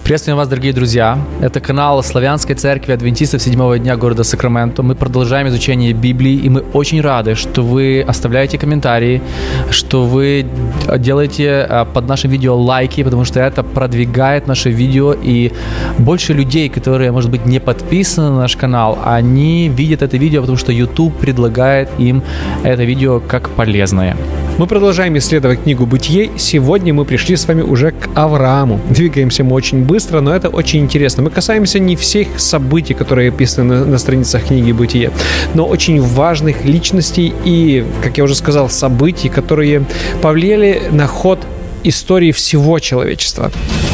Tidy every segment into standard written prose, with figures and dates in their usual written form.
Приветствуем вас, дорогие друзья. Это канал Славянской Церкви Адвентистов Седьмого дня города Сакраменто. Мы продолжаем изучение Библии, и мы очень рады, что вы оставляете комментарии, что вы делаете под нашим видео лайки, потому что это продвигает наше видео, и больше людей, которые, может быть, не подписаны на наш канал, они видят это видео, потому что YouTube предлагает им это видео как полезное. Мы продолжаем исследовать книгу «Бытие». Сегодня мы пришли с вами уже к Аврааму. Двигаемся мы очень быстро, но это очень интересно. Мы касаемся не всех событий, которые описаны на страницах книги «Бытие», но очень важных личностей и, как я уже сказал, событий, которые повлияли на ход истории всего человечества.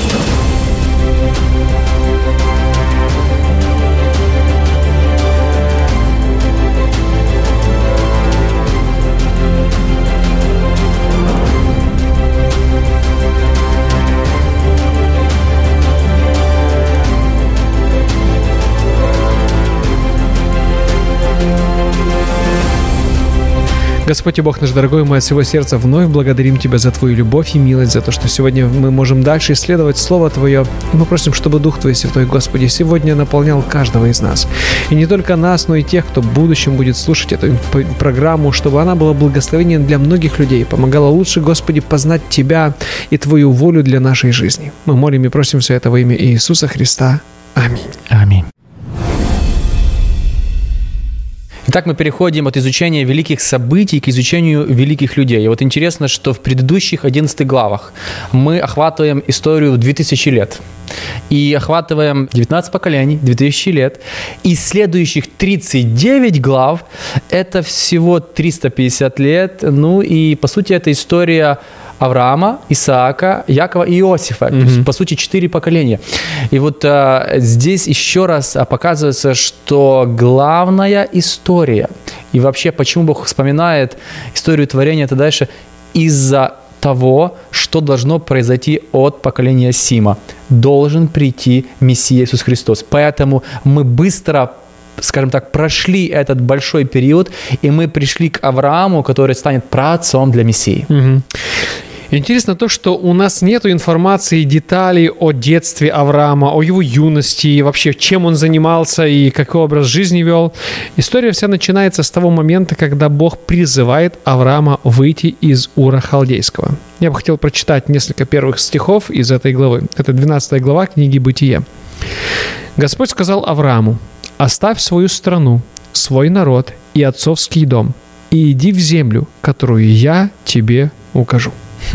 Господь и Бог наш дорогой, мы от всего сердца вновь благодарим Тебя за Твою любовь и милость, за то, что сегодня мы можем дальше исследовать Слово Твое. И мы просим, чтобы Дух Твой Святой, Господи, сегодня наполнял каждого из нас. И не только нас, но и тех, кто в будущем будет слушать эту программу, чтобы она была благословением для многих людей, помогала лучше, Господи, познать Тебя и Твою волю для нашей жизни. Мы молим и просим все это во имя Иисуса Христа. Аминь. Аминь. Итак, мы переходим от изучения великих событий к изучению великих людей. И вот интересно, что в предыдущих 11 главах мы охватываем историю 2000 лет. И охватываем 19 поколений, 2000 лет. И следующих 39 глав – это всего 350 лет. Ну и, по сути, это история Авраама, Исаака, Якова и Иосифа. То есть, по сути, 4 поколения. И вот здесь еще раз показывается, что главная история, и вообще, почему Бог вспоминает историю творения, это дальше из-за того, что должно произойти от поколения Сима. Должен прийти Мессия Иисус Христос. Поэтому мы быстро, скажем так, прошли этот большой период, и мы пришли к Аврааму, который станет праотцом для Мессии. Интересно то, что у нас нет информации, деталей о детстве Авраама, о его юности, и вообще, чем он занимался и какой образ жизни вел. История вся начинается с того момента, когда Бог призывает Авраама выйти из Ура Халдейского. Я бы хотел прочитать несколько первых стихов из этой главы. Это 12 глава книги «Бытие». «Господь сказал Аврааму: оставь свою страну, свой народ и отцовский дом, и иди в землю, которую я тебе укажу».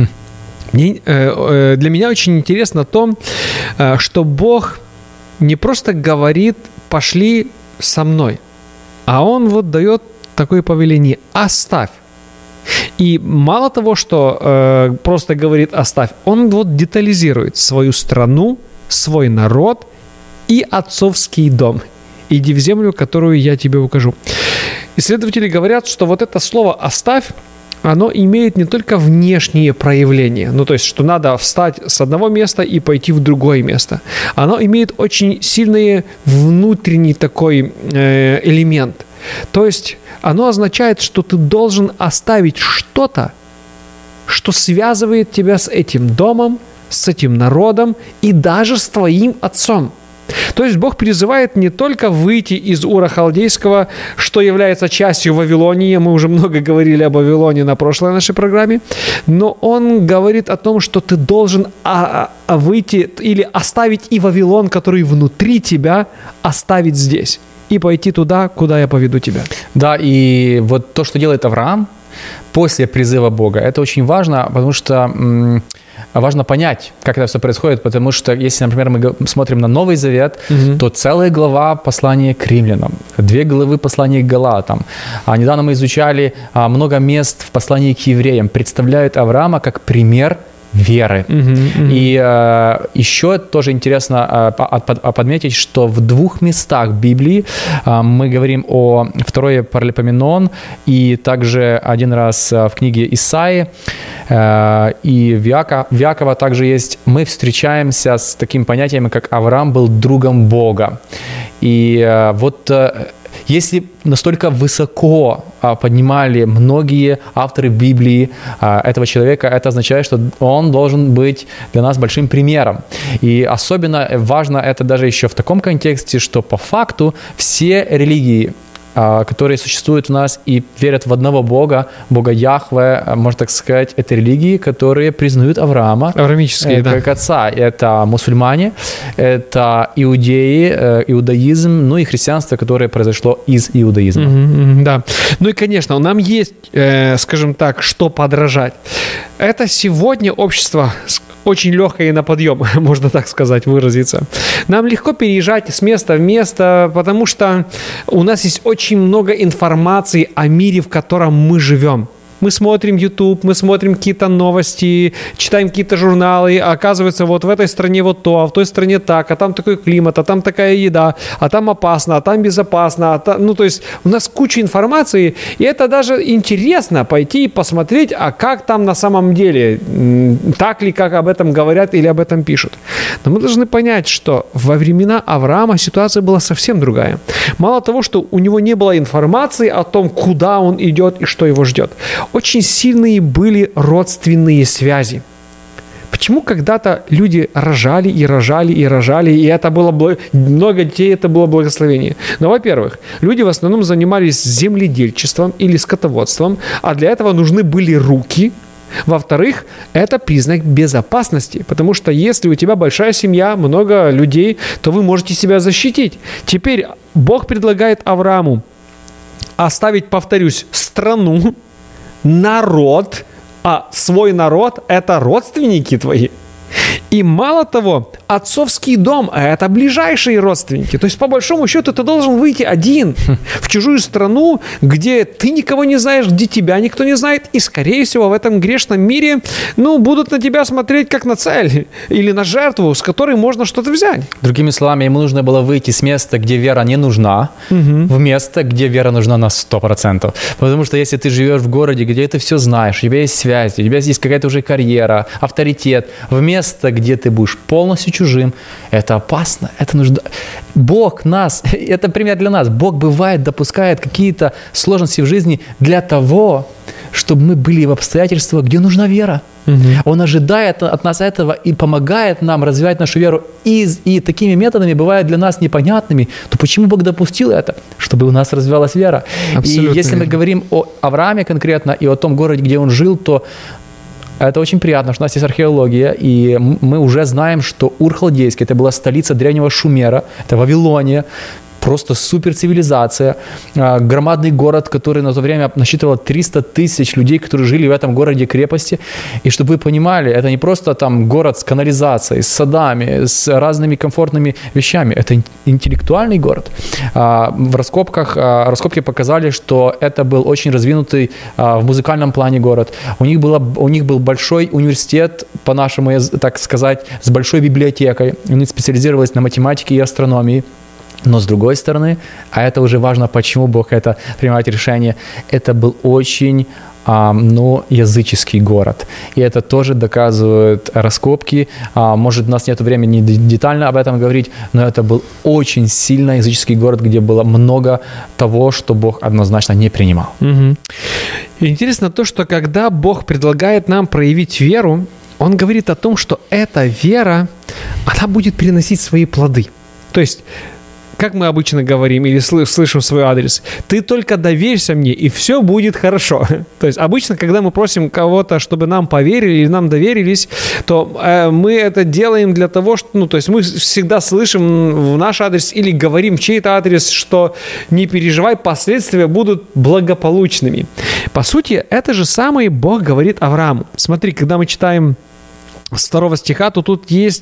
Для меня очень интересно то, что Бог не просто говорит «пошли со мной», а Он вот дает такое повеление «оставь». И мало того, что просто говорит «оставь», Он вот детализирует свою страну, свой народ и отцовский дом. «Иди в землю, которую я тебе укажу». Исследователи говорят, что вот это слово «оставь», оно имеет не только внешние проявления, то есть, что надо встать с одного места и пойти в другое место. Оно имеет очень сильный внутренний такой элемент. То есть, оно означает, что ты должен оставить что-то, что связывает тебя с этим домом, с этим народом и даже с твоим отцом. То есть Бог призывает не только выйти из Ура Халдейского, что является частью Вавилонии, мы уже много говорили о Вавилоне на прошлой нашей программе, но Он говорит о том, что ты должен выйти или оставить и Вавилон, который внутри тебя, оставить здесь и пойти туда, куда я поведу тебя. Да, и вот то, что делает Авраам после призыва Бога, это очень важно, потому что важно понять, как это все происходит, потому что если, например, мы смотрим на Новый Завет, то целая глава послания к римлянам, 2 главы послания к галатам. А недавно мы изучали много мест в послании к евреям, представляют Авраама как пример веры. И еще тоже интересно подметить, что в 2 местах Библии мы говорим о 2 Паралипоменон и также один раз в книге Исаии и в Иакова также есть. Мы встречаемся с таким понятием, как Авраам был другом Бога. И вот если настолько высоко поднимали многие авторы Библии этого человека, это означает, что он должен быть для нас большим примером. И особенно важно это даже еще в таком контексте, что по факту все религии, которые существуют у нас и верят в одного Бога, Бога Яхве, можно так сказать, это религии, которые признают Авраама как отца. Это мусульмане, это иудеи, иудаизм, ну и христианство, которое произошло из иудаизма. Да. Ну и, конечно, нам есть, скажем так, что подражать. Это сегодня общество очень легкое и на подъем, можно так сказать, выразиться. Нам легко переезжать с места в место, потому что у нас есть очень много информации о мире, в котором мы живем. Мы смотрим YouTube, мы смотрим какие-то новости, читаем какие-то журналы, а оказывается, вот в этой стране вот то, а в той стране так, а там такой климат, а там такая еда, а там опасно, а там безопасно. Ну, то есть у нас куча информации, и это даже интересно пойти и посмотреть, а как там на самом деле, так ли, как об этом говорят или об этом пишут. Но мы должны понять, что во времена Авраама ситуация была совсем другая. Мало того, что у него не было информации о том, куда он идет и что его ждет. Очень сильные были родственные связи. Почему когда-то люди рожали, и это было много детей, это было благословение? Ну, во-первых, люди в основном занимались земледельчеством или скотоводством, а для этого нужны были руки. Во-вторых, это признак безопасности, потому что если у тебя большая семья, много людей, то вы можете себя защитить. Теперь Бог предлагает Аврааму оставить, повторюсь, страну, народ, а свой народ – это родственники твои. И мало того, отцовский дом – это ближайшие родственники. То есть, по большому счету, ты должен выйти один в чужую страну, где ты никого не знаешь, где тебя никто не знает. И, скорее всего, в этом грешном мире, будут на тебя смотреть как на цель или на жертву, с которой можно что-то взять. Другими словами, ему нужно было выйти с места, где вера не нужна, в место, где вера нужна на 100%. Потому что если ты живешь в городе, где ты все знаешь, у тебя есть связи, у тебя есть какая-то уже карьера, авторитет, в место, где ты будешь полностью чужим, это опасно, это нужно. Бог нас, это пример для нас, Бог бывает допускает какие-то сложности в жизни для того, чтобы мы были в обстоятельствах, где нужна вера. Он ожидает от нас этого и помогает нам развивать нашу веру. И такими методами бывают для нас непонятными. То почему Бог допустил это? Чтобы у нас развивалась вера. Абсолютно. И если мы говорим о Аврааме конкретно и о том городе, где он жил, то это очень приятно, что у нас есть археология, и мы уже знаем, что Ур-Халдейский, это была столица древнего Шумера, это Вавилония, просто суперцивилизация, громадный город, который на то время насчитывал 300 тысяч людей, которые жили в этом городе-крепости. И чтобы вы понимали, это не просто там город с канализацией, с садами, с разными комфортными вещами. Это интеллектуальный город. В раскопки показали, что это был очень развинутый в музыкальном плане город. У них был большой университет, по-нашему, так сказать, с большой библиотекой. Они специализировались на математике и астрономии. Но с другой стороны, а это уже важно, почему Бог это принимает решение, это был очень языческий город. И это тоже доказывают раскопки. Может, у нас нет времени детально об этом говорить, но это был очень сильно языческий город, где было много того, что Бог однозначно не принимал. Интересно то, что когда Бог предлагает нам проявить веру, Он говорит о том, что эта вера, она будет приносить свои плоды. То есть, как мы обычно говорим или слышим в свой адрес, ты только доверься мне, и все будет хорошо. То есть обычно, когда мы просим кого-то, чтобы нам поверили или нам доверились, то мы это делаем для того, что, то есть мы всегда слышим в наш адрес или говорим в чей-то адрес, что не переживай, последствия будут благополучными. По сути, это же самое Бог говорит Аврааму. Смотри, когда мы читаем с 2 стиха, то тут есть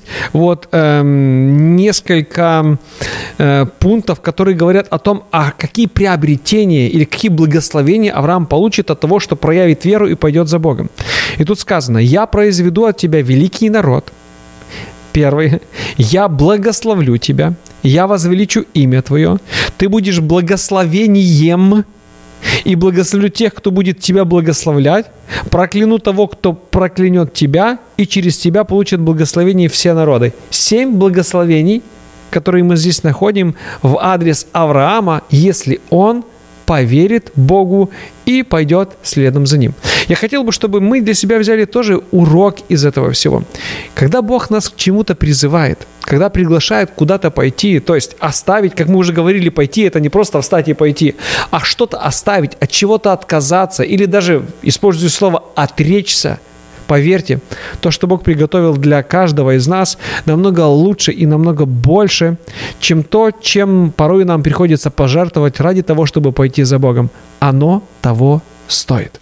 несколько пунктов, которые говорят о том, какие приобретения или какие благословения Авраам получит от того, что проявит веру и пойдет за Богом. И тут сказано: «Я произведу от тебя великий народ». Первый. «Я благословлю тебя, я возвеличу имя твое, ты будешь благословением, и благословлю тех, кто будет тебя благословлять, прокляну того, кто проклянет тебя, и через тебя получат благословение все народы». 7 благословений который мы здесь находим в адрес Авраама, если он поверит Богу и пойдет следом за Ним. Я хотел бы, чтобы мы для себя взяли тоже урок из этого всего. Когда Бог нас к чему-то призывает, когда приглашает куда-то пойти, то есть оставить, как мы уже говорили, пойти, это не просто встать и пойти, а что-то оставить, от чего-то отказаться, или даже, используя слово «отречься», поверьте, то, что Бог приготовил для каждого из нас, намного лучше и намного больше, чем то, чем порой нам приходится пожертвовать ради того, чтобы пойти за Богом. Оно того стоит.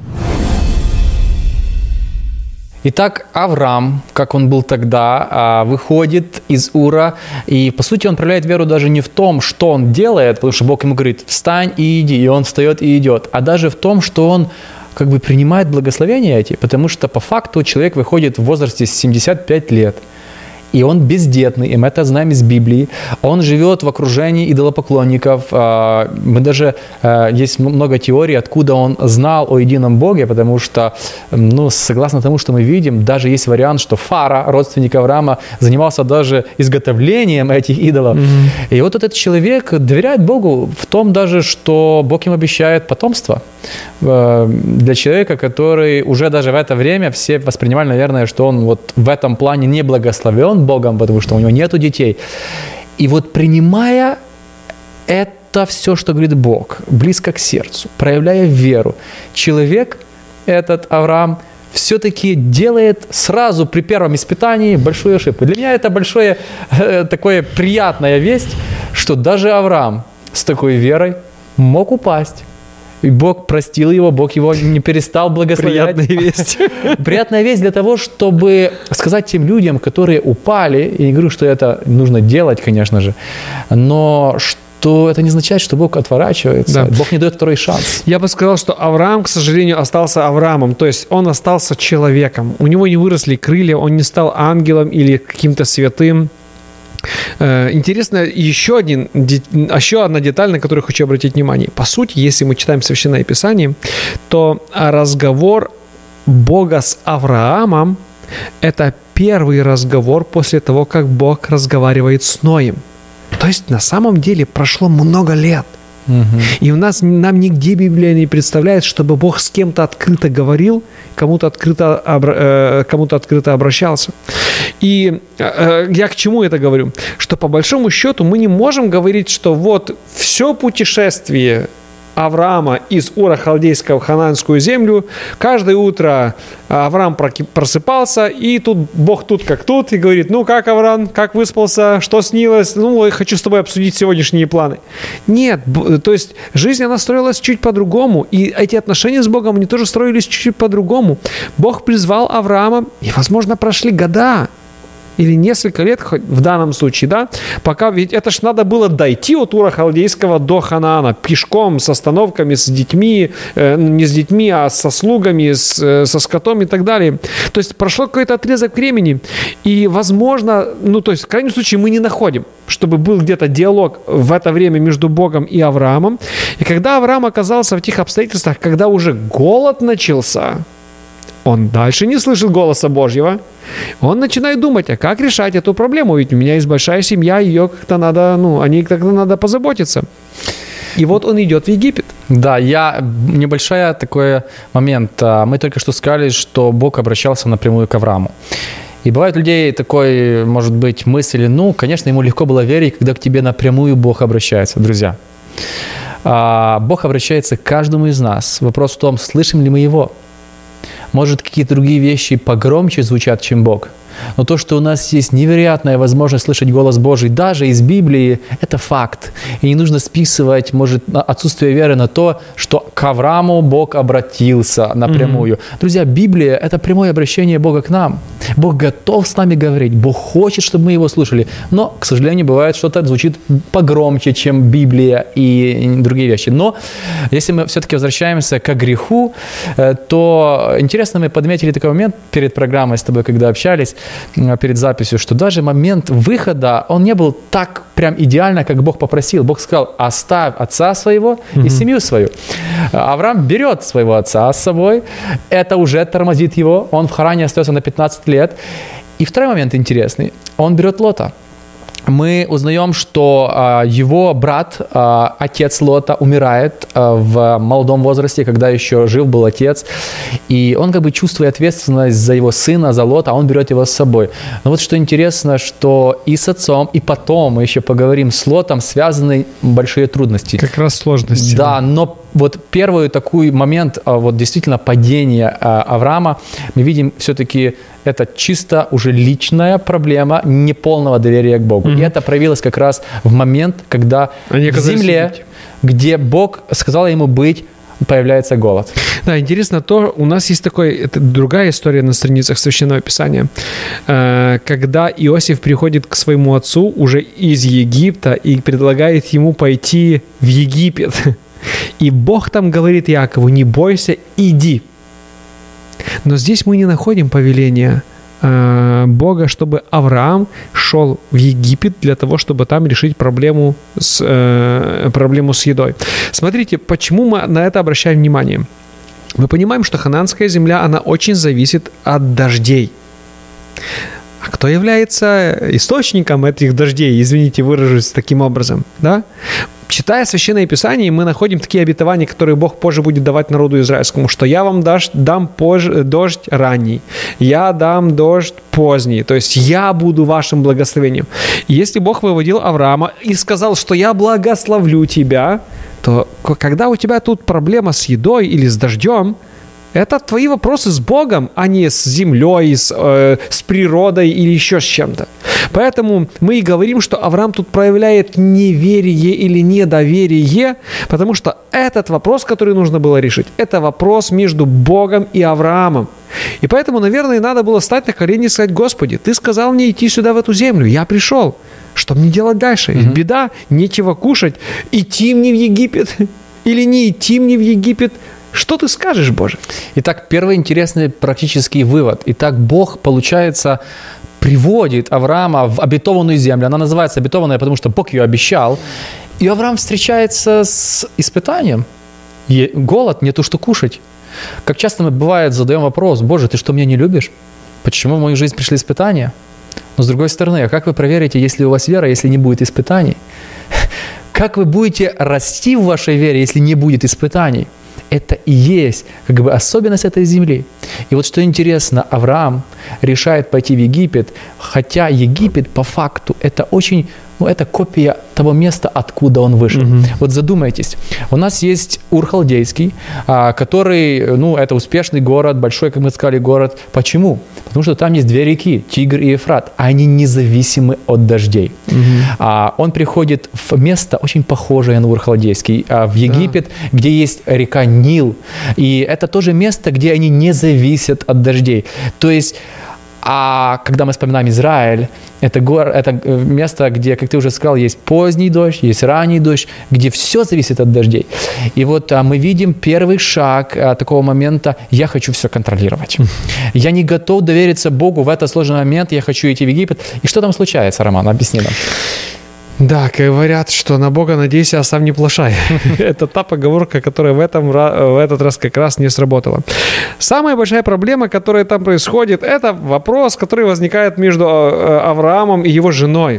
Итак, Авраам, как он был тогда, выходит из Ура, и, по сути, он проявляет веру даже не в том, что он делает, потому что Бог ему говорит: «Встань и иди», и он встает и идет, а даже в том, что он как бы принимает благословения эти, потому что по факту человек выходит в возрасте 75 лет, и он бездетный, и мы это знаем из Библии. Он живет в окружении идолопоклонников. Мы даже, есть много теорий, откуда он знал о едином Боге, потому что, согласно тому, что мы видим, даже есть вариант, что Фара, родственник Авраама, занимался даже изготовлением этих идолов. И вот этот человек доверяет Богу в том даже, что Бог им обещает потомство. Для человека, который уже даже в это время все воспринимали, наверное, что он вот в этом плане не благословен Богом, потому что у него нету детей. И вот принимая это все, что говорит Бог, близко к сердцу, проявляя веру, человек, этот Авраам, все-таки делает сразу при первом испытании большую ошибку. Для меня это большое, такое приятная весть, что даже Авраам с такой верой мог упасть. И Бог простил его, Бог его не перестал благословлять. Приятная весть. Приятная весть для того, чтобы сказать тем людям, которые упали, я не говорю, что это нужно делать, конечно же, но что это не означает, что Бог отворачивается, да. Бог не дает второй шанс. Я бы сказал, что Авраам, к сожалению, остался Авраамом, то есть он остался человеком. У него не выросли крылья, он не стал ангелом или каким-то святым. Интересно, еще одна деталь, на которую хочу обратить внимание. По сути, если мы читаем Священное Писание, то разговор Бога с Авраамом – это первый разговор после того, как Бог разговаривает с Ноем. То есть, на самом деле, прошло много лет. И нам нигде Библия не представляет, чтобы Бог с кем-то открыто говорил, кому-то открыто обращался. И я к чему это говорю? Что по большому счету мы не можем говорить, что вот все путешествие Авраама из Ура Халдейского в Ханаанскую землю, каждое утро Авраам просыпался, и тут Бог тут как тут, и говорит: ну как, Авраам, как выспался, что снилось, я хочу с тобой обсудить сегодняшние планы. Нет, то есть жизнь, она строилась чуть по-другому, и эти отношения с Богом, они тоже строились чуть-чуть по-другому. Бог призвал Авраама, и, возможно, прошли года, или несколько лет, в данном случае, да, пока, ведь это ж надо было дойти от Ура Халдейского до Ханаана пешком, с остановками, с детьми, не с детьми, а со слугами, со скотом и так далее. То есть прошло какой-то отрезок времени, и, возможно, то есть в крайнем случае мы не находим, чтобы был где-то диалог в это время между Богом и Авраамом. И когда Авраам оказался в тех обстоятельствах, когда уже голод начался, он дальше не слышит голоса Божьего. Он начинает думать, а как решать эту проблему? Ведь у меня есть большая семья, ее как-то надо, о ней как-то надо позаботиться. И вот он идет в Египет. Да, небольшой такой момент. Мы только что сказали, что Бог обращался напрямую к Аврааму. И бывает у людей такой, может быть, мысль, конечно, ему легко было верить, когда к тебе напрямую Бог обращается. Друзья, Бог обращается к каждому из нас. Вопрос в том, слышим ли мы Его. Может, какие-то другие вещи погромче звучат, чем Бог. Но то, что у нас есть невероятная возможность слышать голос Божий, даже из Библии, это факт. И не нужно списывать, может, отсутствие веры на то, что к Аврааму Бог обратился напрямую. Друзья, Библия – это прямое обращение Бога к нам. Бог готов с нами говорить, Бог хочет, чтобы мы Его слушали. Но, к сожалению, бывает, что-то звучит погромче, чем Библия и другие вещи. Но если мы все-таки возвращаемся к греху, то интересно, мы подметили такой момент перед программой с тобой, когда общались, перед записью, что даже момент выхода, он не был так прям идеально, как Бог попросил. Бог сказал: оставь отца своего и семью свою. Авраам берет своего отца с собой, это уже тормозит его, он в Харане остается на 15 лет. И второй момент интересный, он берет Лота. мы узнаем, что его брат, отец Лота, умирает в молодом возрасте, когда еще жив был отец, и он как бы чувствует ответственность за его сына, за Лота, а он берет его с собой. Но вот что интересно, что и с отцом, и потом мы еще поговорим с Лотом, связаны большие трудности. Как раз сложности. Да, но вот первый такой момент, вот действительно падения Авраама, мы видим все-таки это чисто уже личная проблема неполного доверия к Богу. И это проявилось как раз в момент, когда в земле, где Бог сказал ему быть, появляется голод. Да, интересно то, у нас есть это другая история на страницах Священного Писания, когда Иосиф приходит к своему отцу уже из Египта и предлагает ему пойти в Египет. И Бог там говорит Якову: не бойся, иди. Но здесь мы не находим повеления Бога, чтобы Авраам шел в Египет для того, чтобы там решить проблему с едой. Смотрите, почему мы на это обращаем внимание. Мы понимаем, что ханаанская земля, она очень зависит от дождей. А кто является источником этих дождей? Извините, выражусь таким образом. Да? Читая Священное Писание, мы находим такие обетования, которые Бог позже будет давать народу израильскому, что я вам дам дождь ранний, я дам дождь поздний, то есть я буду вашим благословением. И если Бог выводил Авраама и сказал, что я благословлю тебя, то когда у тебя тут проблема с едой или с дождем, это твои вопросы с Богом, а не с землей, с природой или еще с чем-то. Поэтому мы и говорим, что Авраам тут проявляет неверие или недоверие, потому что этот вопрос, который нужно было решить, это вопрос между Богом и Авраамом. И поэтому, наверное, надо было встать на колени и сказать: Господи, Ты сказал мне идти сюда, в эту землю, я пришел. Что мне делать дальше? Ведь беда, нечего кушать. Идти мне в Египет или не идти мне в Египет? Что ты скажешь, Боже? Итак, первый интересный практический вывод. Итак, Бог, получается, приводит Авраама в обетованную землю. Она называется обетованная, потому что Бог ее обещал. И Авраам встречается с испытанием. Голод, нету что кушать. Как часто мы, бывает, задаем вопрос: Боже, Ты что, меня не любишь? Почему в мою жизнь пришли испытания? Но с другой стороны, а как вы проверите, если у вас вера, если не будет испытаний? Как вы будете расти в вашей вере, если не будет испытаний? Это и есть как бы особенность этой земли. И вот что интересно, Авраам решает пойти в Египет, хотя Египет по факту это очень, это копия того места, откуда он вышел. Вот задумайтесь, у нас есть Ур-Халдейский, который, это успешный город, большой, как мы сказали, город. Почему? Потому что там есть две реки, Тигр и Ефрат, они независимы от дождей. Он приходит в место очень похожее на Ур-Халдейский, в Египет, где есть река Нил, и это тоже место, где они не зависят от дождей. То есть, когда мы вспоминаем Израиль, это место, где, как ты уже сказал, есть поздний дождь, есть ранний дождь, где все зависит от дождей. И вот мы видим первый шаг такого момента: я хочу все контролировать. Я не готов довериться Богу в этот сложный момент, я хочу идти в Египет. И что там случается, Роман? Объясни нам. Да, говорят, что на Бога надейся, а сам не плашай. Это та поговорка, которая в этот раз как раз не сработала. Самая большая проблема, которая там происходит, это вопрос, который возникает между Авраамом и его женой.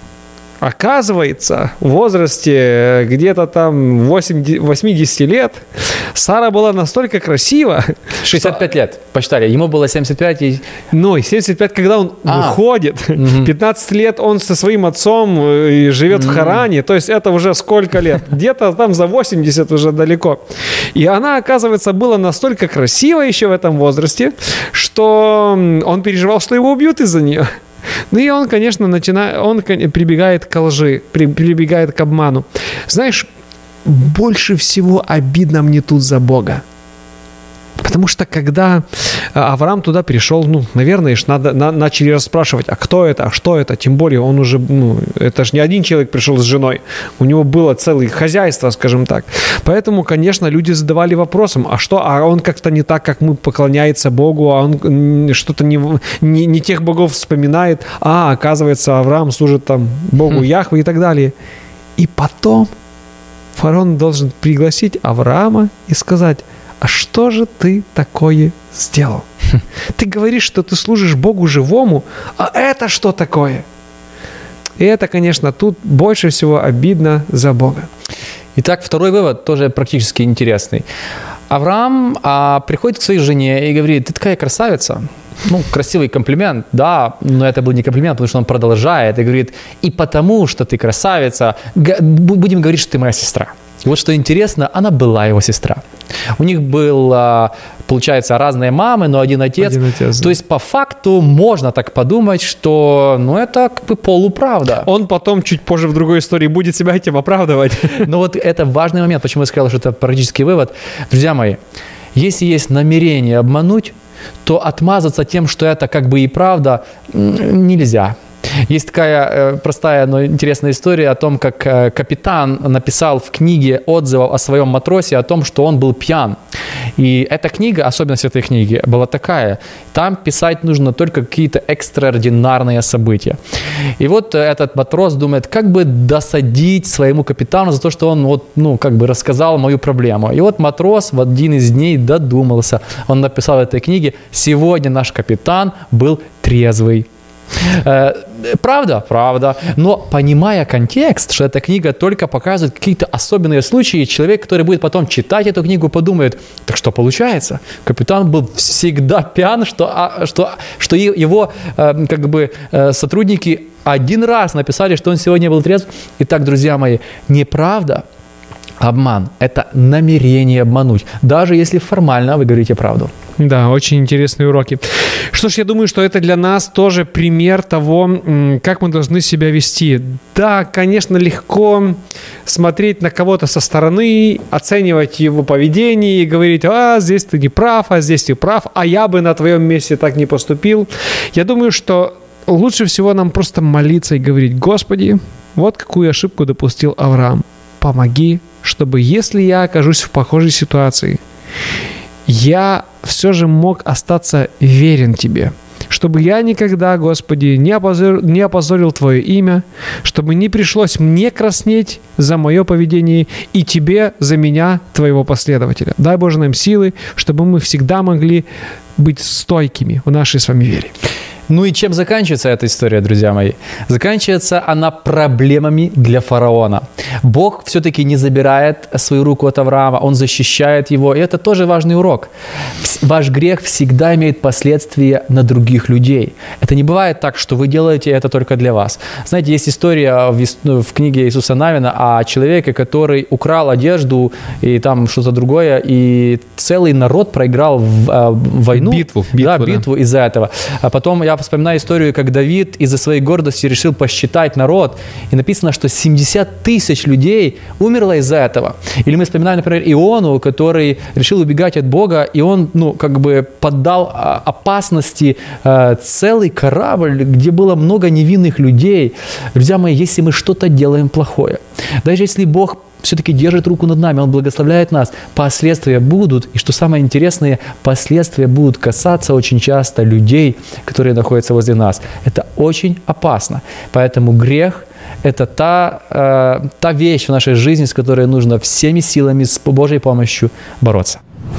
Оказывается, в возрасте где-то там 80 лет Сара была настолько красива. 65 лет, посчитали. Ему было 75. И 75, когда он выходит. 15 лет он со своим отцом живет в Харане. То есть это уже сколько лет? Где-то там за 80 уже далеко. И она, оказывается, была настолько красива еще в этом возрасте, что он переживал, что его убьют из-за нее. И он, конечно, прибегает к лжи, прибегает к обману. Знаешь, больше всего обидно мне тут за Бога. Потому что когда Авраам туда пришел, наверное, начали расспрашивать: а кто это, а что это? Тем более он уже, это же не один человек пришел с женой. У него было целое хозяйство, скажем так. Поэтому, конечно, люди задавали вопросом: а что? А он как-то не так, как мы, поклоняется Богу, а он что-то не тех богов вспоминает. Оказывается, Авраам служит там Богу Яхве и так далее. И потом фараон должен пригласить Авраама и сказать: а что же ты такое сделал? Ты говоришь, что ты служишь Богу живому, а это что такое? И это, конечно, тут больше всего обидно за Бога. Итак, второй вывод тоже практически интересный. Авраам приходит к своей жене и говорит: ты такая красавица. Красивый комплимент, да, но это был не комплимент, потому что он продолжает и говорит: и потому, что ты красавица, будем говорить, что ты моя сестра. И вот что интересно, она была его сестра. У них был, получается, разные мамы, но один отец. Да. То есть, по факту, можно так подумать, что, это как бы полуправда. Он потом, чуть позже в другой истории, будет себя этим оправдывать. Но вот это важный момент, почему я сказал, что это практический вывод. Друзья мои, если есть намерение обмануть, то отмазаться тем, что это как бы и правда, нельзя. Есть такая простая, но интересная история о том, как капитан написал в книге отзывов о своем матросе о том, что он был пьян. И эта книга, особенность этой книги, была такая: там писать нужно только какие-то экстраординарные события. И вот этот матрос думает, как бы досадить своему капитану за то, что он рассказал мою проблему. И вот матрос в один из дней додумался. Он написал в этой книге: сегодня наш капитан был трезвый. Правда? Правда. Но понимая контекст, что эта книга только показывает какие-то особенные случаи, человек, который будет потом читать эту книгу, подумает: так что получается? Капитан был всегда пьян, что его сотрудники один раз написали, что он сегодня был трезв. Итак, друзья мои, неправда, обман – это намерение обмануть, даже если формально вы говорите правду. Да, очень интересные уроки. Что ж, я думаю, что это для нас тоже пример того, как мы должны себя вести. Да, конечно, легко смотреть на кого-то со стороны, оценивать его поведение и говорить: здесь ты не прав, а здесь ты прав, а я бы на твоем месте так не поступил. Я думаю, что лучше всего нам просто молиться и говорить: Господи, вот какую ошибку допустил Авраам. Помоги, чтобы, если я окажусь в похожей ситуации, я все же мог остаться верен Тебе. Чтобы я никогда, Господи, не опозорил Твое имя, чтобы не пришлось мне краснеть за мое поведение и Тебе за меня, Твоего последователя. Дай, Боже, нам силы, чтобы мы всегда могли быть стойкими в нашей с вами вере. И чем заканчивается эта история, друзья мои? Заканчивается она проблемами для фараона. Бог все-таки не забирает свою руку от Авраама, Он защищает его, и это тоже важный урок. Ваш грех всегда имеет последствия на других людей. Это не бывает так, что вы делаете это только для вас. Знаете, есть история в книге Иисуса Навина о человеке, который украл одежду и там что-то другое, и целый народ проиграл войну. Битву из-за этого. А потом я вспоминаю историю, как Давид из-за своей гордости решил посчитать народ, и написано, что 70 тысяч людей умерло из-за этого. Или мы вспоминаем, например, Иону, который решил убегать от Бога, и он, поддал опасности целый корабль, где было много невинных людей. Друзья мои, если мы что-то делаем плохое, даже если Бог все-таки держит руку над нами, Он благословляет нас, последствия будут, и что самое интересное, последствия будут касаться очень часто людей, которые находятся возле нас. Это очень опасно. Поэтому грех – это та вещь в нашей жизни, с которой нужно всеми силами, с Божьей помощью бороться.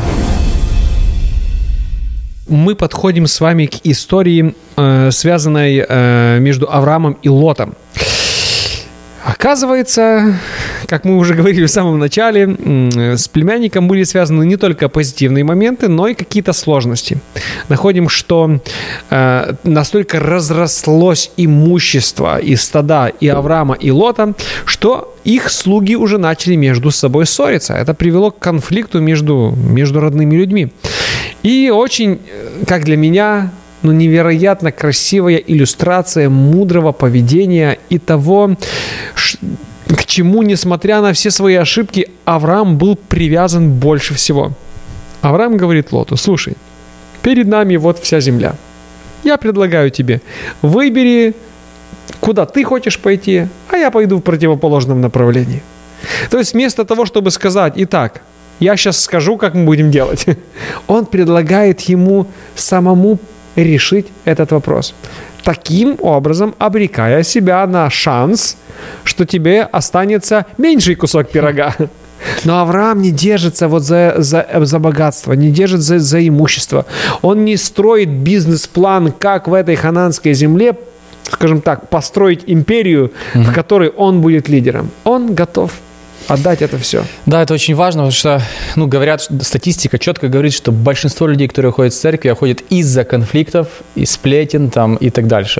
Мы подходим с вами к истории, связанной между Авраамом и Лотом. Оказывается, как мы уже говорили в самом начале, с племянником были связаны не только позитивные моменты, но и какие-то сложности. Находим, что настолько разрослось имущество и стада и Авраама, и Лота, что их слуги уже начали между собой ссориться. Это привело к конфликту между родными людьми. И очень, как для меня, невероятно красивая иллюстрация мудрого поведения и того, к чему, несмотря на все свои ошибки, Авраам был привязан больше всего. Авраам говорит Лоту: слушай, перед нами вот вся земля. Я предлагаю тебе, выбери, куда ты хочешь пойти, а я пойду в противоположном направлении. То есть вместо того, чтобы сказать: итак, я сейчас скажу, как мы будем делать, он предлагает ему самому решить этот вопрос, таким образом обрекая себя на шанс, что тебе останется меньший кусок пирога. Но Авраам не держится за богатство, не держит за имущество. Он не строит бизнес-план, как в этой ханаанской земле скажем так, построить империю, в которой он будет лидером. Он готов отдать это все. Да, это очень важно, потому что, говорят, статистика четко говорит, что большинство людей, которые уходят в церковь, уходят из-за конфликтов, из сплетен там, и так дальше.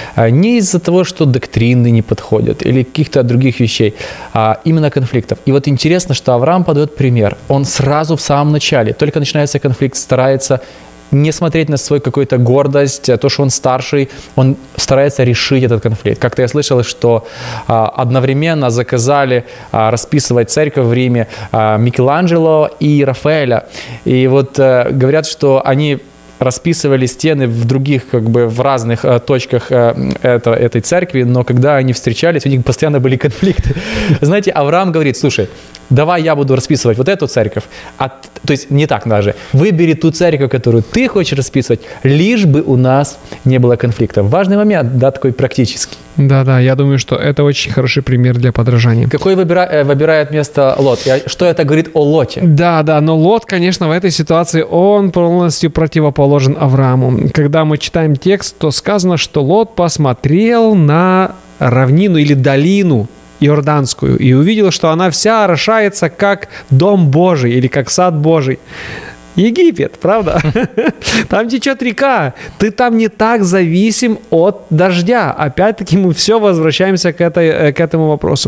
Не из-за того, что доктрины не подходят или каких-то других вещей, а именно конфликтов. И вот интересно, что Авраам подает пример. Он сразу в самом начале, только начинается конфликт, старается не смотреть на свою какую-то гордость, то, что он старший, он старается решить этот конфликт. Как-то я слышал, что одновременно заказали расписывать церковь в Риме Микеланджело и Рафаэля. И вот говорят, что они расписывали стены в других, в разных точках этой церкви, но когда они встречались, у них постоянно были конфликты. Знаете, Авраам говорит: слушай, давай я буду расписывать вот эту церковь, то есть не так даже, выбери ту церковь, которую ты хочешь расписывать, лишь бы у нас не было конфликтов. Важный момент, да, такой практический. Да, я думаю, что это очень хороший пример для подражания. Какой выбирает место Лот? Что это говорит о Лоте? Да, но Лот, конечно, в этой ситуации, он полностью противоположен Аврааму. Когда мы читаем текст, то сказано, что Лот посмотрел на равнину или долину Иорданскую и увидел, что она вся орошается, как дом Божий или как сад Божий. Египет, правда? Там течет река. Ты там не так зависим от дождя. Опять-таки мы все возвращаемся к этому вопросу.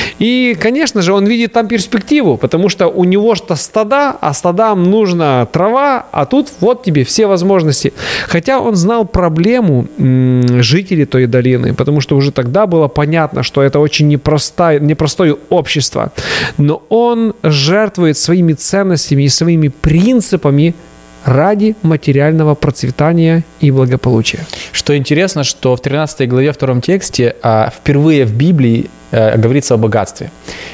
И, конечно же, он видит там перспективу, потому что у него что стада, а стадам нужна трава, а тут вот тебе все возможности. Хотя он знал проблему жителей той долины, потому что уже тогда было понятно, что это очень непростое общество. Но он жертвует своими ценностями и своими принципами ради материального процветания и благополучия. Что интересно, что в 13 главе 2 тексте впервые в Библии говорится о богатстве.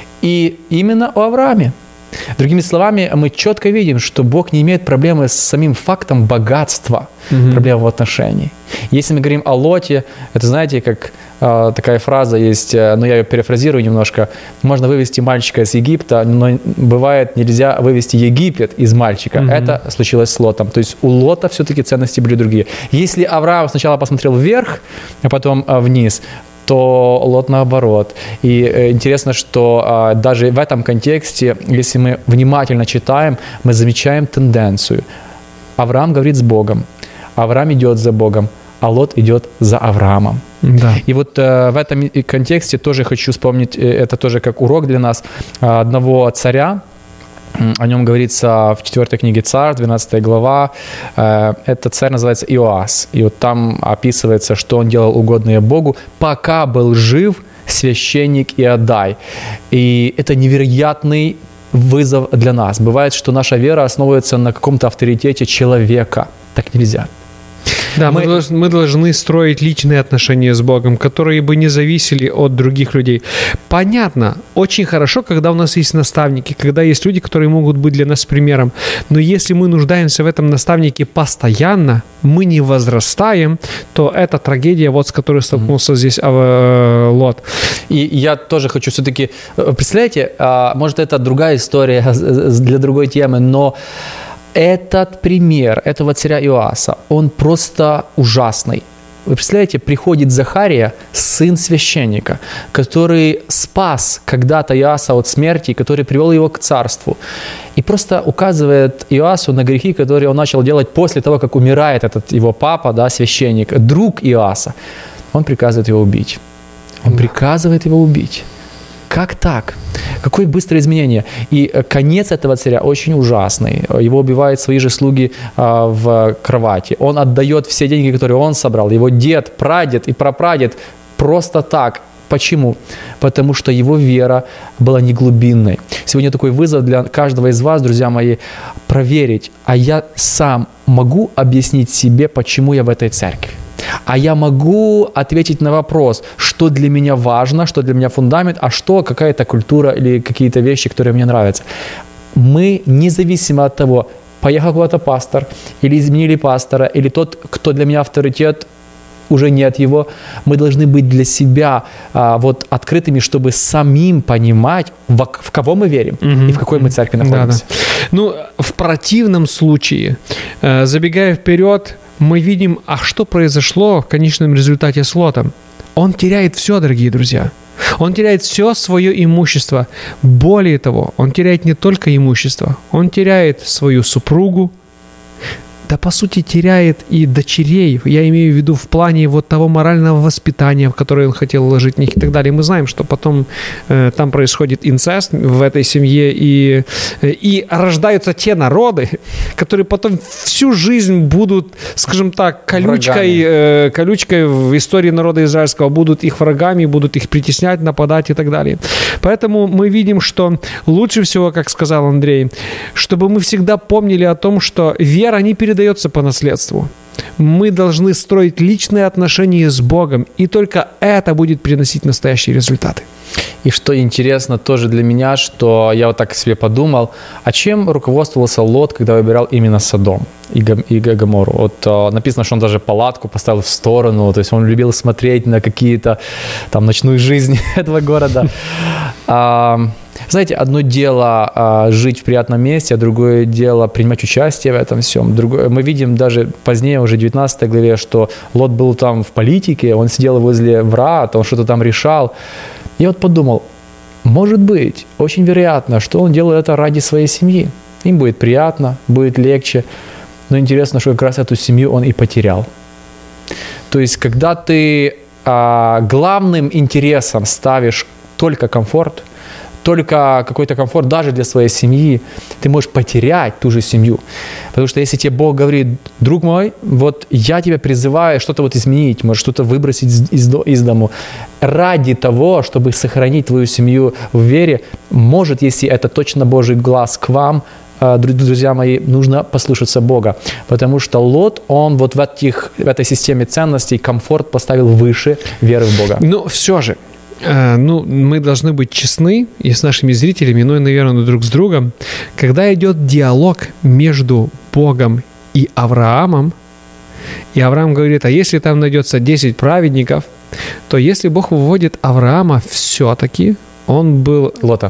И именно о Аврааме. Другими словами, мы четко видим, что Бог не имеет проблемы с самим фактом богатства, проблемы в отношении. Если мы говорим о Лоте, это, знаете, как такая фраза есть, но я ее перефразирую немножко. Можно вывести мальчика из Египта, но бывает нельзя вывести Египет из мальчика. Это случилось с Лотом. То есть у Лота все-таки ценности были другие. Если Авраам сначала посмотрел вверх, а потом вниз, то Лот наоборот. И интересно, что даже в этом контексте, если мы внимательно читаем, мы замечаем тенденцию. Авраам говорит с Богом, Авраам идет за Богом, а Лот идет за Авраамом. Да. И вот в этом контексте тоже хочу вспомнить, это тоже как урок для нас, одного царя. О нем говорится в 4 книге Царств, 12 глава. Этот царь называется Иоас. И вот там описывается, что он делал угодное Богу, пока был жив священник Иодай. И это невероятный вызов для нас. Бывает, что наша вера основывается на каком-то авторитете человека. Так нельзя. Да, мы должны строить личные отношения с Богом, которые бы не зависели от других людей. Понятно, очень хорошо, когда у нас есть наставники, когда есть люди, которые могут быть для нас примером. Но если мы нуждаемся в этом наставнике постоянно, мы не возрастаем, то это трагедия, вот с которой столкнулся здесь Лот. И я тоже хочу все-таки... Представляете, может, это другая история для другой темы, но... Этот пример этого царя Иоаса, он просто ужасный. Вы представляете, приходит Захария, сын священника, который спас когда-то Иоаса от смерти, который привел его к царству. И просто указывает Иоасу на грехи, которые он начал делать после того, как умирает этот его папа, да, священник, друг Иоаса. Он приказывает его убить. Он приказывает его убить. Как так? Какое быстрое изменение? И конец этого царя очень ужасный. Его убивают свои же слуги в кровати. Он отдает все деньги, которые он собрал. Его дед, прадед и прапрадед просто так. Почему? Потому что его вера была не глубинной. Сегодня такой вызов для каждого из вас, друзья мои, проверить, а я сам могу объяснить себе, почему я в этой церкви? А я могу ответить на вопрос, что для меня важно, что для меня фундамент, а что какая-то культура или какие-то вещи, которые мне нравятся. Мы, независимо от того, поехал куда-то пастор, или изменили пастора, или тот, кто для меня авторитет, уже нет его, мы должны быть для себя вот открытыми, чтобы самим понимать, в кого мы верим и в какой мы церкви находимся. Да. Ну, в противном случае, забегая вперед, мы видим, а что произошло в конечном результате с Лотом? Он теряет все, дорогие друзья. Он теряет все свое имущество. Более того, он теряет не только имущество, он теряет свою супругу, да, по сути, теряет и дочерей. Я имею в виду в плане вот того морального воспитания, в которое он хотел вложить в них и так далее. Мы знаем, что потом там происходит инцест в этой семье, и рождаются те народы, которые потом всю жизнь будут, скажем так, колючкой в истории народа израильского, будут их врагами, будут их притеснять, нападать и так далее. Поэтому мы видим, что лучше всего, как сказал Андрей, чтобы мы всегда помнили о том, что вера не передается по наследству. Мы должны строить личные отношения с Богом, и только это будет приносить настоящие результаты. И что интересно тоже для меня, что я вот так себе подумал, а чем руководствовался Лот, когда выбирал именно Содом и Гоморру? Вот написано, что он даже палатку поставил в сторону, то есть он любил смотреть на какие-то там ночную жизнь этого города. Знаете, одно дело жить в приятном месте, а другое дело принимать участие в этом всем. Мы видим даже позднее, уже в 19 главе, что Лот был там в политике, он сидел возле врат, он что-то там решал. Я вот подумал, может быть, очень вероятно, что он делал это ради своей семьи. Им будет приятно, будет легче. Но интересно, что как раз эту семью он и потерял. То есть, когда ты главным интересом ставишь только комфорт, только какой-то комфорт даже для своей семьи, ты можешь потерять ту же семью. Потому что если тебе Бог говорит, друг мой, вот я тебя призываю что-то вот изменить, может что-то выбросить из дому, ради того, чтобы сохранить твою семью в вере, может, если это точно Божий глаз к вам, друзья мои, нужно послушаться Бога. Потому что Лот, он вот в этой системе ценностей комфорт поставил выше веры в Бога. Но все же, мы должны быть честны и с нашими зрителями, и, наверное, друг с другом. Когда идет диалог между Богом и Авраамом, и Авраам говорит, а если там найдется 10 праведников, то если Бог выводит Авраама все-таки, он был... Лота,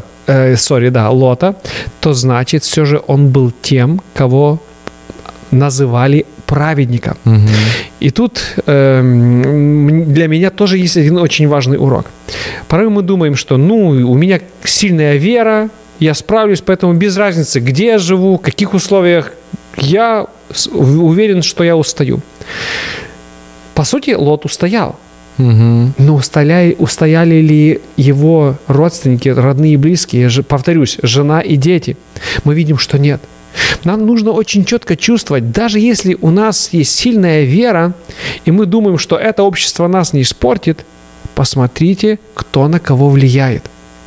то значит, все же он был тем, кого называли праведником. Угу. И тут для меня тоже есть один очень важный урок. Порой мы думаем, что у меня сильная вера, я справлюсь, поэтому без разницы, где я живу, в каких условиях, я уверен, что я устаю. По сути, Лот устоял. Угу. Но устояли ли его родственники, родные и близкие, повторюсь, жена и дети? Мы видим, что нет. Нам нужно очень четко чувствовать, даже если у нас есть сильная вера, и мы думаем, что это общество нас не испортит, посмотрите, кто на кого влияет.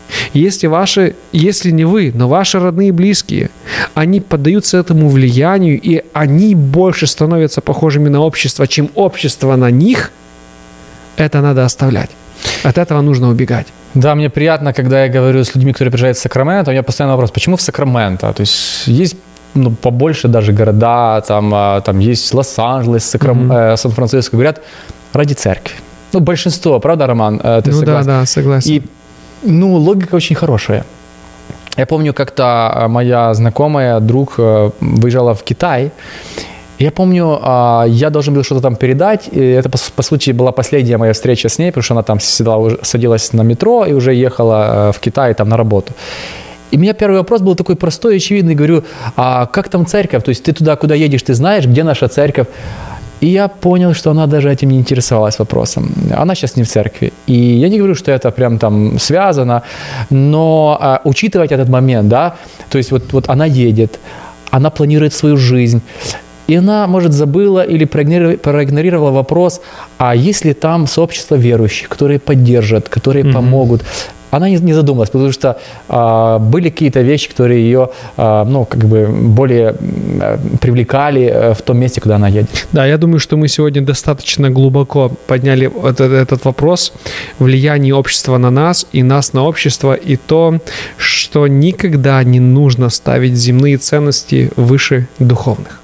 Если не вы, но ваши родные и близкие, они поддаются этому влиянию, и они больше становятся похожими на общество, чем общество на них, это надо оставлять. От этого нужно убегать. Да, мне приятно, когда я говорю с людьми, которые приезжают в Сакраменто, у меня постоянно вопрос, почему в Сакраменто? То есть есть побольше даже города, там есть Лос-Анджелес, Сан-Франциско, говорят, ради церкви. Большинство, правда, Роман? Ты согласен? Да, согласен. И, логика очень хорошая. Я помню, как-то моя знакомая, друг, выезжала в Китай. Я помню, я должен был что-то там передать, и это, по сути, была последняя моя встреча с ней, потому что она там садилась на метро и уже ехала в Китай там на работу. И у меня первый вопрос был такой простой и очевидный. Говорю, а как там церковь? То есть ты туда, куда едешь, ты знаешь, где наша церковь? И я понял, что она даже этим не интересовалась вопросом. Она сейчас не в церкви. И я не говорю, что это прям там связано, но учитывать этот момент, да, то есть вот она едет, она планирует свою жизнь, и она, может, забыла или проигнорировала вопрос, а есть ли там сообщество верующих, которые поддержат, которые помогут. Она не задумалась, потому что были какие-то вещи, которые ее более привлекали в том месте, куда она едет. Да, я думаю, что мы сегодня достаточно глубоко подняли этот вопрос, влияние общества на нас и нас на общество, и то, что никогда не нужно ставить земные ценности выше духовных.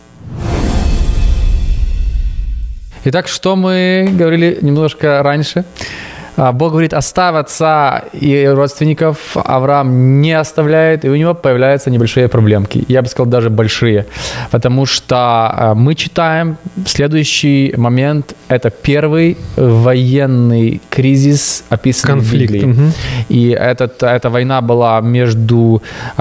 Итак, что мы говорили немножко раньше? Бог говорит, оставь отца и родственников, Авраам не оставляет, и у него появляются небольшие проблемки. Я бы сказал, даже большие. Потому что мы читаем, следующий момент – это первый военный кризис, описанный в Библии. Угу. И эта война была между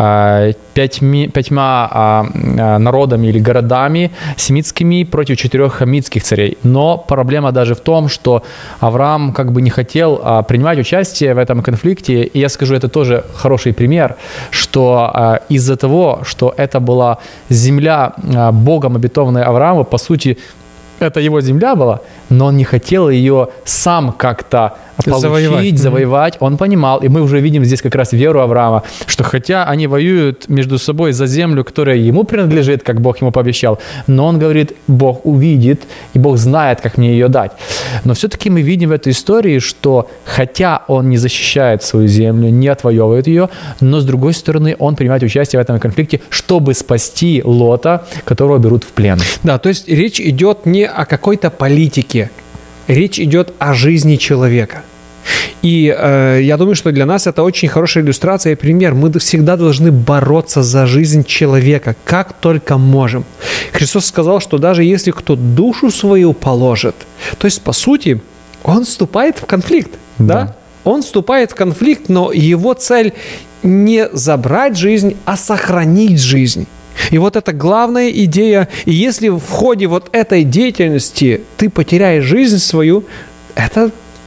пятьма народами или городами семитскими против 4 хамитских царей. Но проблема даже в том, что Авраам как бы не хотел принимать участие в этом конфликте. И я скажу, это тоже хороший пример, что из-за того, что это была земля Богом обетованная Аврааму, по сути, это его земля была, но он не хотел ее сам как-то получить, завоевать. Он понимал, и мы уже видим здесь как раз веру Авраама, что хотя они воюют между собой за землю, которая ему принадлежит, как Бог ему пообещал, но он говорит, Бог увидит, и Бог знает, как мне ее дать. Но все-таки мы видим в этой истории, что хотя он не защищает свою землю, не отвоевывает ее, но с другой стороны он принимает участие в этом конфликте, чтобы спасти Лота, которого берут в плен. Да, то есть речь идет не о какой-то политике, речь идет о жизни человека. И я думаю, что для нас это очень хорошая иллюстрация и пример. Мы всегда должны бороться за жизнь человека, как только можем. Христос сказал, что даже если кто душу свою положит, то есть, по сути, он вступает в конфликт. Да? Он вступает в конфликт, но его цель не забрать жизнь, а сохранить жизнь. И вот это главная идея. И если в ходе вот этой деятельности ты потеряешь жизнь свою, это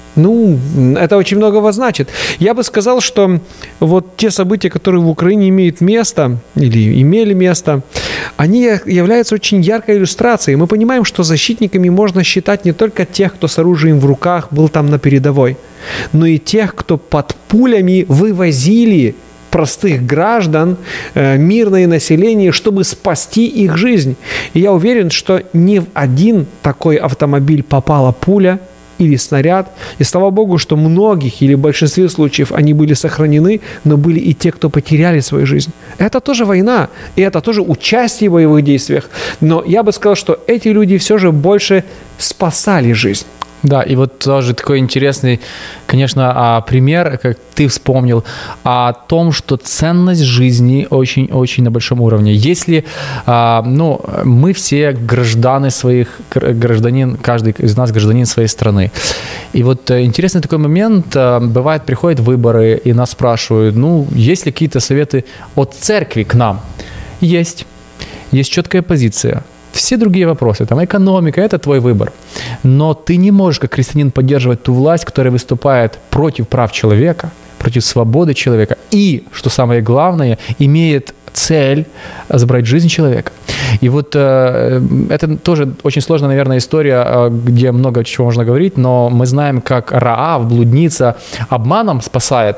очень многого значит. Я бы сказал, что вот те события, которые в Украине имеют место или имели место, они являются очень яркой иллюстрацией. Мы понимаем, что защитниками можно считать не только тех, кто с оружием в руках был там на передовой, но и тех, кто под пулями вывозили простых граждан, мирное население, чтобы спасти их жизнь. И я уверен, что ни в один такой автомобиль попала пуля или снаряд. И слава Богу, что многих или в большинстве случаев они были сохранены, но были и те, кто потеряли свою жизнь. Это тоже война, и это тоже участие в боевых действиях. Но я бы сказал, что эти люди все же больше спасали жизнь. Да, и вот тоже такой интересный, конечно, пример, как ты вспомнил, о том, что ценность жизни очень-очень на большом уровне. Если, мы все гражданин, каждый из нас гражданин своей страны. И вот интересный такой момент, бывает, приходят выборы, и нас спрашивают, есть ли какие-то советы от церкви к нам? Есть четкая позиция. Все другие вопросы, там экономика, это твой выбор. Но ты не можешь, как христианин, поддерживать ту власть, которая выступает против прав человека, против свободы человека и, что самое главное, имеет цель забрать жизнь человека. И вот это тоже очень сложная, наверное, история, где много чего можно говорить, но мы знаем, как Раав, блудница, обманом спасает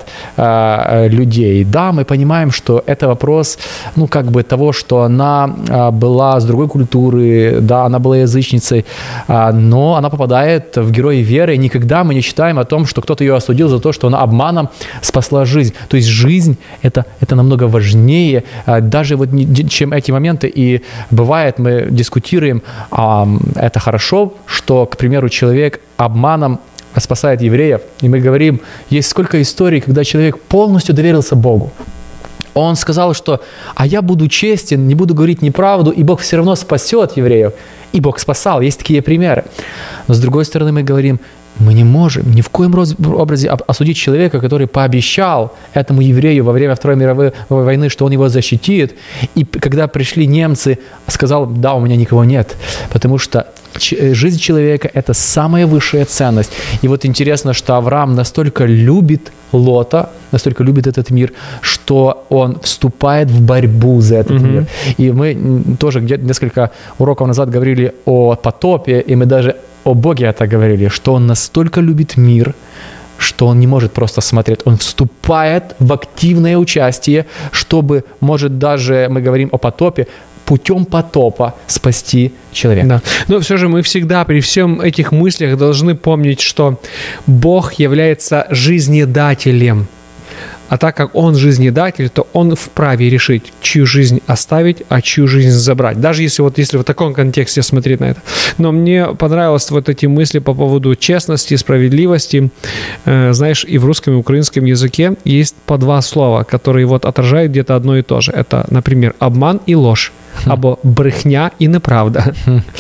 людей. Да, мы понимаем, что это вопрос, того, что она была с другой культуры, да, она была язычницей, но она попадает в герои веры, и никогда мы не читаем о том, что кто-то ее осудил за то, что она обманом спасла жизнь. То есть жизнь это намного важнее, даже вот чем эти моменты. И бывает, мы дискутируем, это хорошо, что, к примеру, человек обманом спасает евреев, и мы говорим, есть сколько историй, когда человек полностью доверился Богу. Он сказал, что я буду честен, не буду говорить неправду, и Бог все равно спасет евреев. И Бог спасал, есть такие примеры. Но с другой стороны мы говорим, мы не можем ни в коем образе осудить человека, который пообещал этому еврею во время Второй мировой войны, что он его защитит. И когда пришли немцы, сказал, да, у меня никого нет. Потому что жизнь человека – это самая высшая ценность. И вот интересно, что Авраам настолько любит Лота, настолько любит этот мир, что он вступает в борьбу за этот мир. И мы тоже где-то несколько уроков назад говорили о потопе, и мы даже о Боге это говорили, что он настолько любит мир, что он не может просто смотреть, он вступает в активное участие, чтобы, может, даже мы говорим о потопе, путем потопа спасти человека. Да. Но все же мы всегда при всем этих мыслях должны помнить, что Бог является жизнедателем. А так как он жизнедатель, то он вправе решить, чью жизнь оставить, а чью жизнь забрать. Даже если в таком контексте смотреть на это. Но мне понравились вот эти мысли по поводу честности, справедливости. Знаешь, и в русском, и в украинском языке есть по два слова, которые вот отражают где-то одно и то же. Это, например, обман и ложь. Або брехня и неправда.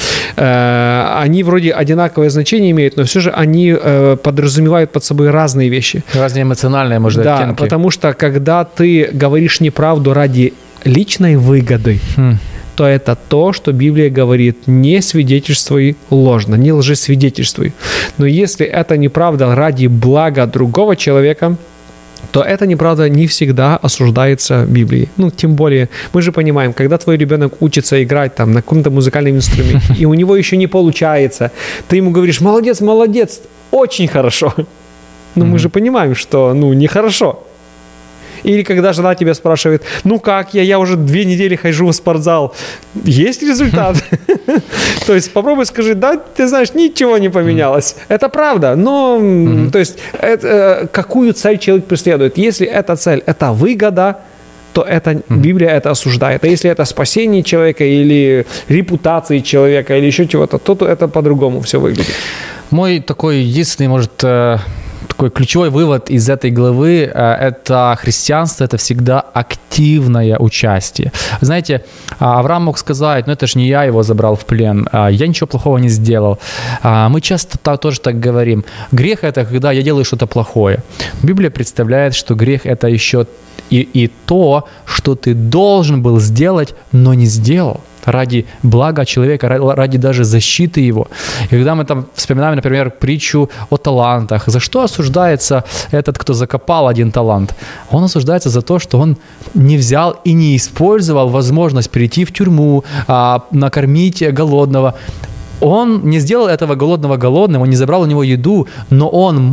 Они вроде одинаковое значение имеют, но все же они подразумевают под собой разные вещи. Разные эмоциональные, может, да, оттенки. потому что когда ты говоришь неправду ради личной выгоды, то это то, что Библия говорит: не свидетельствуй ложно, не лжесвидетельствуй. Но если это неправда ради блага другого человека, то эта неправда не всегда осуждается Библией. Ну, тем более, мы же понимаем, когда твой ребенок учится играть там на каком-то музыкальном инструменте, и у него еще не получается, ты ему говоришь: молодец, молодец, очень хорошо. Но мы же понимаем, что, нехорошо. Или когда жена тебя спрашивает: ну как я уже 2 недели хожу в спортзал, есть результат? То есть попробуй скажи: да, ты знаешь, ничего не поменялось. Это правда, но, то есть, какую цель человек преследует? Если эта цель – это выгода, то это Библия это осуждает. А если это спасение человека или репутации человека, или еще чего-то, то это по-другому все выглядит. Мой такой единственный, может, такой ключевой вывод из этой главы – это христианство, это всегда активное участие. Знаете, Авраам мог сказать: это ж не я его забрал в плен, я ничего плохого не сделал. Мы часто тоже так говорим. Грех – это когда я делаю что-то плохое. Библия представляет, что грех – это еще и то, что ты должен был сделать, но не сделал. Ради блага человека, ради даже защиты его. И когда мы там вспоминаем, например, притчу о талантах, за что осуждается этот, кто закопал один талант? Он осуждается за то, что он не взял и не использовал возможность прийти в тюрьму, накормить голодного. Он не сделал этого голодного голодным, он не забрал у него еду, но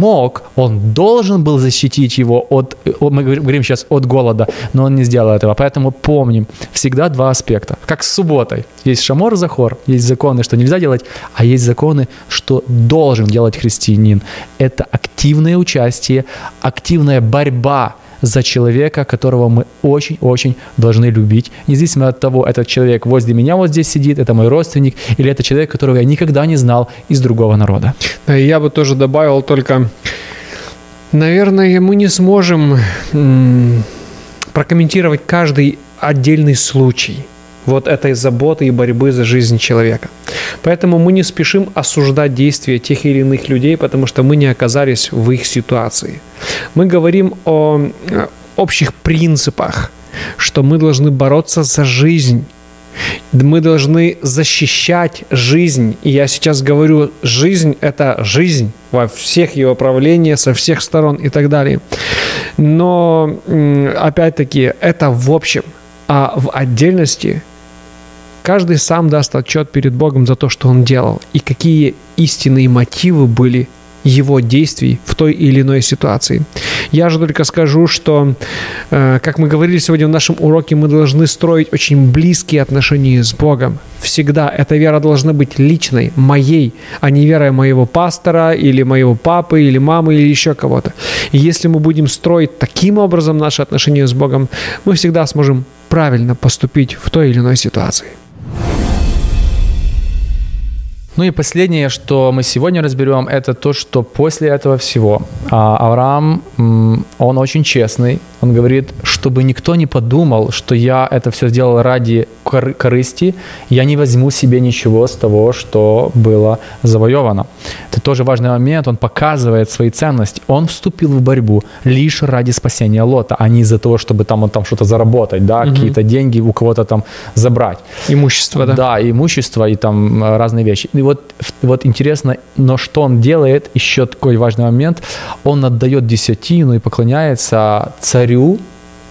он должен был защитить его мы говорим сейчас от голода, но он не сделал этого. Поэтому помним, всегда два аспекта. Как с субботой. Есть шамор, захор, есть законы, что нельзя делать, а есть законы, что должен делать христианин. Это активное участие, активная борьба за человека, которого мы очень-очень должны любить. Независимо от того, этот человек возле меня вот здесь сидит, это мой родственник, или это человек, которого я никогда не знал из другого народа. Я бы тоже добавил только, наверное, мы не сможем прокомментировать каждый отдельный случай вот этой заботы и борьбы за жизнь человека. Поэтому мы не спешим осуждать действия тех или иных людей, потому что мы не оказались в их ситуации. Мы говорим о общих принципах, что мы должны бороться за жизнь. Мы должны защищать жизнь. И я сейчас говорю, жизнь – это жизнь во всех ее проявлениях, со всех сторон и так далее. Но, опять-таки, это в общем. А в отдельности каждый сам даст отчет перед Богом за то, что он делал, и какие истинные мотивы были его действий в той или иной ситуации. Я же только скажу, что, как мы говорили сегодня в нашем уроке, мы должны строить очень близкие отношения с Богом. Всегда эта вера должна быть личной, моей, а не верой моего пастора или моего папы, или мамы, или еще кого-то. И если мы будем строить таким образом наши отношения с Богом, мы всегда сможем правильно поступить в той или иной ситуации. Ну и последнее, что мы сегодня разберем, это то, что после этого всего Авраам, он очень честный. Он говорит, чтобы никто не подумал, что я это все сделал ради корысти, я не возьму себе ничего с того, что было завоевано. Это тоже важный момент, он показывает свои ценности. Он вступил в борьбу лишь ради спасения Лота, а не из-за того, чтобы там что-то заработать, да, какие-то деньги у кого-то там забрать. Имущество, да? Да, имущество и там разные вещи. И вот интересно, но что он делает, еще такой важный момент, он отдает десятину и поклоняется царю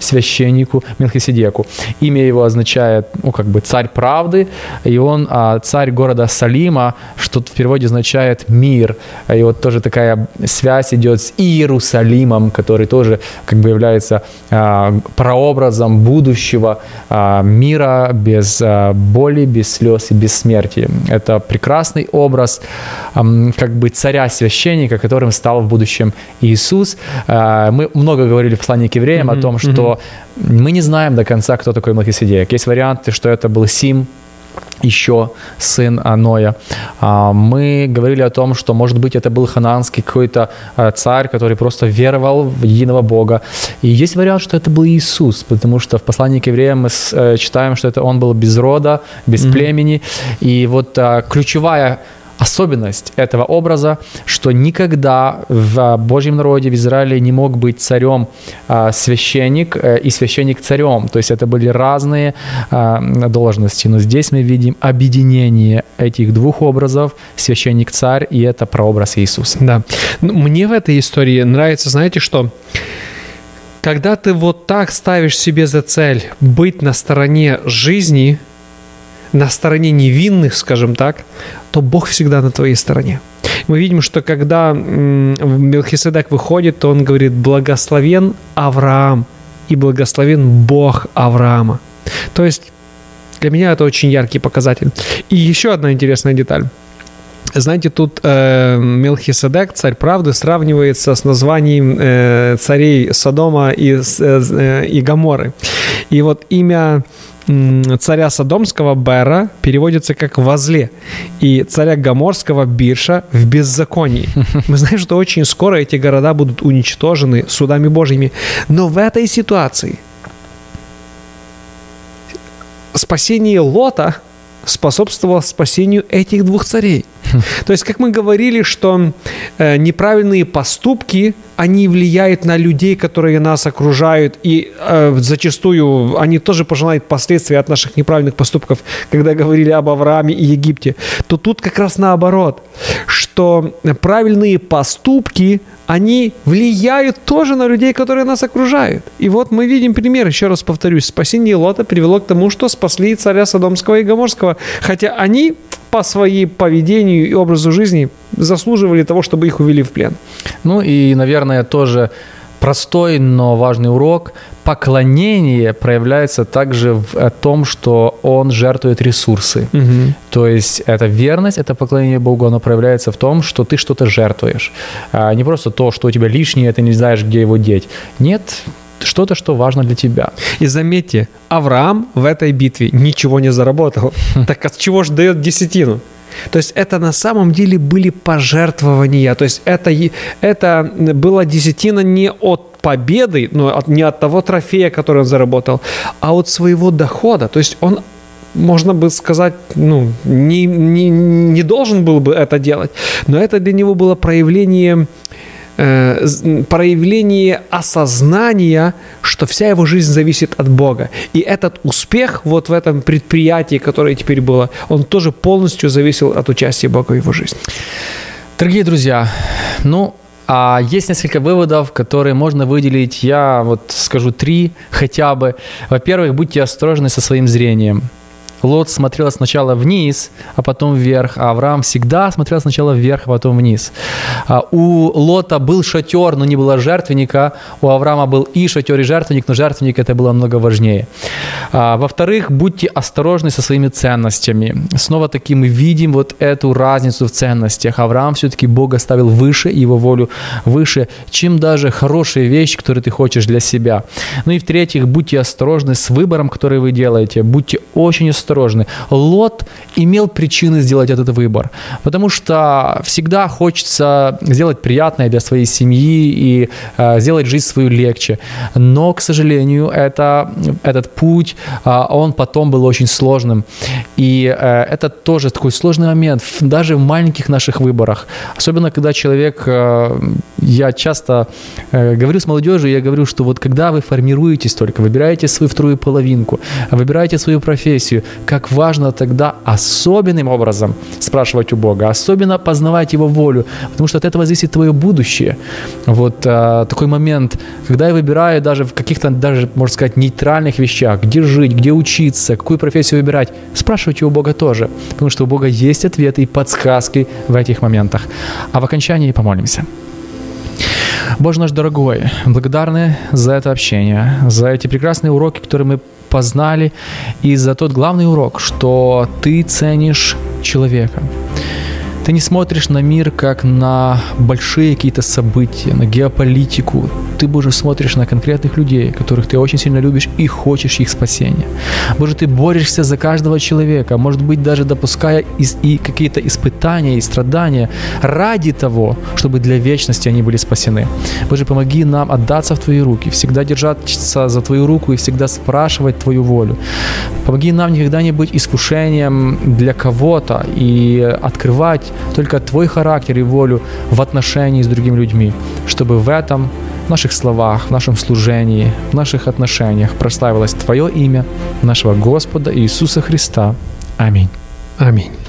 священнику Мелхиседеку. Имя его означает, царь правды, и он царь города Салима, что в переводе означает мир. И вот тоже такая связь идет с Иерусалимом, который тоже является прообразом будущего мира без боли, без слез и без смерти. Это прекрасный образ царя-священника, которым стал в будущем Иисус. Мы много говорили в послании к евреям о том, что мы не знаем до конца, кто такой Мелхиседек. Есть варианты, что это был Сим, еще сын Ноя. Мы говорили о том, что, может быть, это был ханаанский какой-то царь, который просто веровал в единого Бога. И есть вариант, что это был Иисус, потому что в послании к евреям мы читаем, что это он был без рода, без племени. И вот ключевая особенность этого образа, что никогда в Божьем народе, в Израиле не мог быть царем священник и священник царем. То есть это были разные должности. Но здесь мы видим объединение этих двух образов, священник-царь, и это прообраз Иисуса. Да. Мне в этой истории нравится, знаете что? Когда ты вот так ставишь себе за цель быть на стороне жизни, на стороне невинных, скажем так, то Бог всегда на твоей стороне. Мы видим, что когда Мелхиседек выходит, то он говорит: «Благословен Авраам и благословен Бог Авраама». То есть для меня это очень яркий показатель. И еще одна интересная деталь. Знаете, тут Мелхиседек, царь правды, сравнивается с названием царей Содома и Гоморры. И вот имя царя Содомского Бера переводится как «возле», и царя Гоморского Бирша в беззаконии. Мы знаем, что очень скоро эти города будут уничтожены судами Божьими. Но в этой ситуации спасение Лота способствовало спасению этих двух царей. То есть, как мы говорили, что неправильные поступки, они влияют на людей, которые нас окружают, и зачастую они тоже пожинают последствия от наших неправильных поступков, когда говорили об Аврааме и Египте. То тут как раз наоборот, что правильные поступки, они влияют тоже на людей, которые нас окружают. И вот мы видим пример, еще раз повторюсь, спасение Лота привело к тому, что спасли царя Содомского и Гоморского, хотя они по своему поведению и образу жизни заслуживали того, чтобы их увели в плен. Ну и, наверное, тоже простой, но важный урок. Поклонение проявляется также в том, что он жертвует ресурсы. Угу. То есть это верность, это поклонение Богу, оно проявляется в том, что ты что-то жертвуешь. Не просто то, что у тебя лишнее, ты не знаешь, где его деть. Нет, что-то, что важно для тебя. И заметьте, Авраам в этой битве ничего не заработал. Так от чего же дает десятину? То есть это на самом деле были пожертвования. То есть это была десятина не от победы, не от того трофея, который он заработал, а от своего дохода. То есть он, можно бы сказать, не должен был бы это делать. Но это для него было проявление осознания, что вся его жизнь зависит от Бога. И этот успех вот в этом предприятии, которое теперь было, он тоже полностью зависел от участия Бога в его жизни. Дорогие друзья, есть несколько выводов, которые можно выделить. Я скажу 3 хотя бы. Во-первых, будьте осторожны со своим зрением. Лот смотрел сначала вниз, а потом вверх, а Авраам всегда смотрел сначала вверх, а потом вниз. У Лота был шатер, но не было жертвенника. У Авраама был и шатер, и жертвенник, но жертвенник это было намного важнее. Во-вторых, будьте осторожны со своими ценностями. Снова-таки мы видим эту разницу в ценностях. Авраам все-таки Бога ставил выше, его волю выше, чем даже хорошие вещи, которые ты хочешь для себя. Ну и в-третьих, будьте осторожны с выбором, который вы делаете. Будьте очень осторожны. Лот имел причины сделать этот выбор, потому что всегда хочется сделать приятное для своей семьи и сделать жизнь свою легче. Но, к сожалению, этот путь, он потом был очень сложным. И это тоже такой сложный момент, даже в маленьких наших выборах. Особенно, когда человек Я часто говорю с молодежью, я говорю, что вот когда вы формируетесь только, выбираете свою вторую половинку, выбираете свою профессию, как важно тогда особенным образом спрашивать у Бога, особенно познавать Его волю, потому что от этого зависит твое будущее. Вот такой момент, когда я выбираю даже в каких-то, даже, можно сказать, нейтральных вещах, где жить, где учиться, какую профессию выбирать, спрашивайте у Бога тоже, потому что у Бога есть ответы и подсказки в этих моментах. А в окончании помолимся. Боже наш дорогой, благодарны за это общение, за эти прекрасные уроки, которые мы познали, и за тот главный урок, что Ты ценишь человека. Ты не смотришь на мир как на большие какие-то события, на геополитику. Ты, Боже, смотришь на конкретных людей, которых Ты очень сильно любишь и хочешь их спасения. Боже, Ты борешься за каждого человека, может быть, даже допуская и какие-то испытания и страдания ради того, чтобы для вечности они были спасены. Боже, помоги нам отдаться в Твои руки, всегда держаться за Твою руку и всегда спрашивать Твою волю. Помоги нам никогда не быть искушением для кого-то и открывать только Твой характер и волю в отношении с другими людьми, чтобы в этом, в наших словах, в нашем служении, в наших отношениях прославилось Твое имя, нашего Господа Иисуса Христа. Аминь. Аминь.